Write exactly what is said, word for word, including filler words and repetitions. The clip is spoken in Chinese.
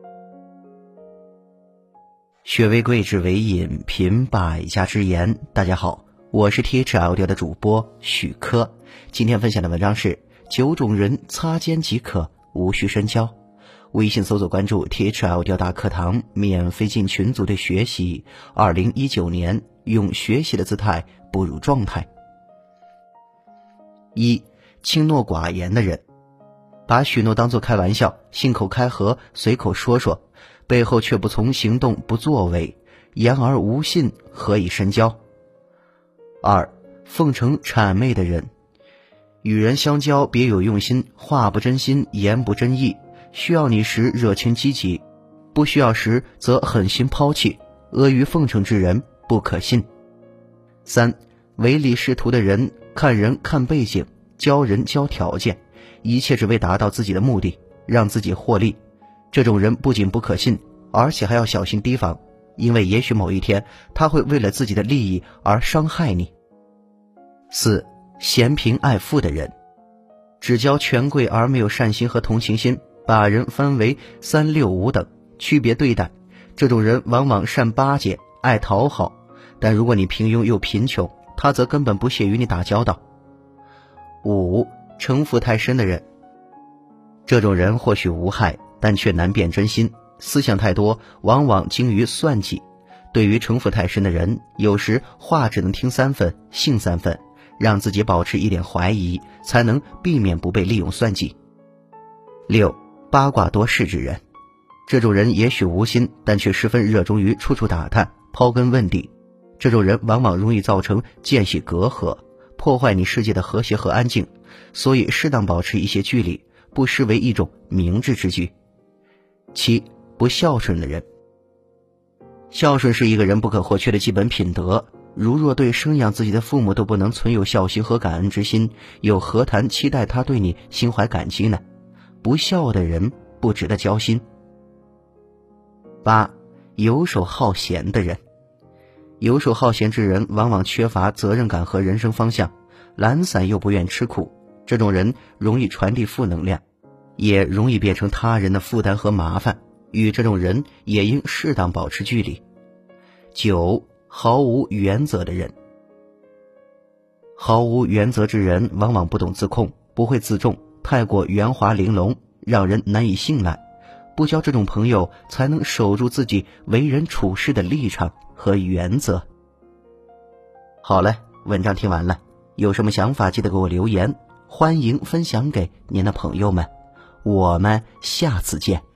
学为贵，知为引，品百家之言。大家好，我是 T H Audio 的主播许科。今天分享的文章是九种人擦肩即可，无需深交。微信搜索关注 T H Audio 大课堂，免费进群组队学习。二零一九年，用学习的姿态步入状态。一、轻诺寡言的人，把许诺当作开玩笑，信口开河，随口说说，背后却不从行动不作为，言而无信，何以深交？二、奉承谄媚的人，与人相交别有用心，话不真心，言不真意，需要你时热情积极，不需要时则狠心抛弃，阿谀奉承之人不可信。三、唯利是图的人，看人看背景，教人教条件，一切只为达到自己的目的，让自己获利。这种人不仅不可信，而且还要小心提防，因为也许某一天他会为了自己的利益而伤害你。四、嫌贫爱富的人，只教权贵而没有善心和同情心，把人分为三六五等，区别对待。这种人往往善巴结，爱讨好，但如果你平庸又贫穷，他则根本不屑与你打交道。五、城府太深的人，这种人或许无害，但却难辨真心，思想太多，往往精于算计。对于城府太深的人，有时话只能听三分，信三分，让自己保持一点怀疑，才能避免不被利用算计。六、八卦多事之人，这种人也许无心，但却十分热衷于处处打探，刨根问底。这种人往往容易造成间隙隔阂，破坏你世界的和谐和安静，所以适当保持一些距离，不失为一种明智之举。七、不孝顺的人，孝顺是一个人不可或缺的基本品德，如若对生养自己的父母都不能存有孝心和感恩之心，又何谈期待他对你心怀感激呢？不孝的人不值得交心。八、游手好闲的人，游手好闲之人往往缺乏责任感和人生方向，懒散又不愿吃苦，这种人容易传递负能量，也容易变成他人的负担和麻烦，与这种人也应适当保持距离。九、毫无原则的人，毫无原则之人往往不懂自控，不会自重，太过圆滑玲珑，让人难以信赖。不交这种朋友，才能守住自己为人处事的立场和原则。好了，文章听完了，有什么想法记得给我留言，欢迎分享给您的朋友们。我们下次见。